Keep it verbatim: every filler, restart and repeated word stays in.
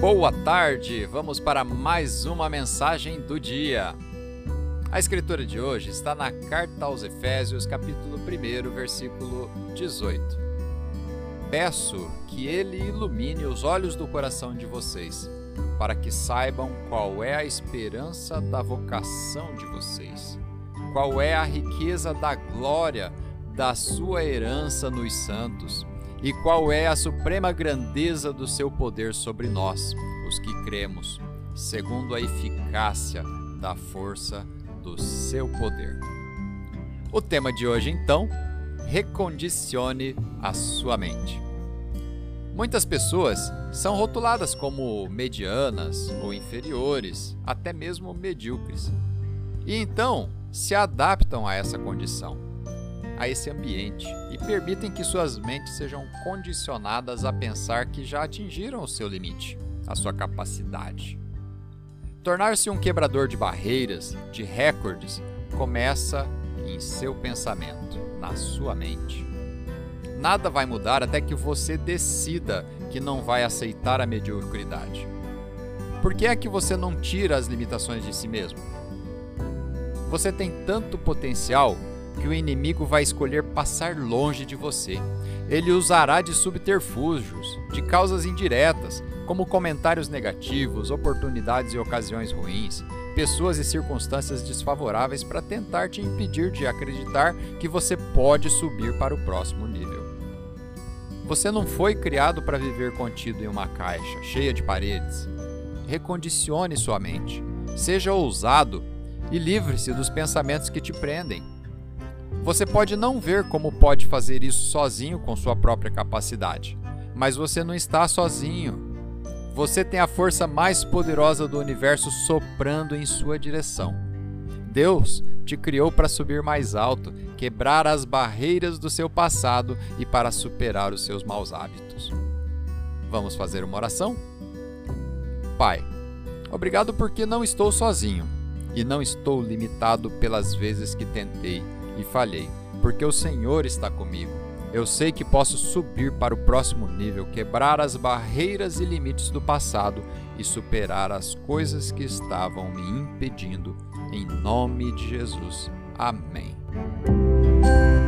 Boa tarde, vamos para mais uma mensagem do dia. A escritura de hoje está na Carta aos Efésios, capítulo primeiro, versículo dezoito. Peço que Ele ilumine os olhos do coração de vocês, para que saibam qual é a esperança da vocação de vocês, qual é a riqueza da glória da sua herança nos santos, e qual é a suprema grandeza do seu poder sobre nós, os que cremos, segundo a eficácia da força do seu poder. O tema de hoje, então, recondicione a sua mente. Muitas pessoas são rotuladas como medianas ou inferiores, até mesmo medíocres, e então se adaptam a essa condição, a esse ambiente, e permitem que suas mentes sejam condicionadas a pensar que já atingiram o seu limite, a sua capacidade. Tornar-se um quebrador de barreiras, de recordes, começa em seu pensamento, na sua mente. Nada vai mudar até que você decida que não vai aceitar a mediocridade. Por que é que você não tira as limitações de si mesmo? Você tem tanto potencial que o inimigo vai escolher passar longe de você. Ele usará de subterfúgios, de causas indiretas, como comentários negativos, oportunidades e ocasiões ruins, pessoas e circunstâncias desfavoráveis para tentar te impedir de acreditar que você pode subir para o próximo nível. Você não foi criado para viver contido em uma caixa, cheia de paredes. Recondicione sua mente, seja ousado e livre-se dos pensamentos que te prendem. Você pode não ver como pode fazer isso sozinho com sua própria capacidade, mas você não está sozinho. Você tem a força mais poderosa do universo soprando em sua direção. Deus te criou para subir mais alto, quebrar as barreiras do seu passado e para superar os seus maus hábitos. Vamos fazer uma oração? Pai, obrigado porque não estou sozinho e não estou limitado pelas vezes que tentei e falhei, porque o Senhor está comigo. Eu sei que posso subir para o próximo nível, quebrar as barreiras e limites do passado e superar as coisas que estavam me impedindo. Em nome de Jesus. Amém.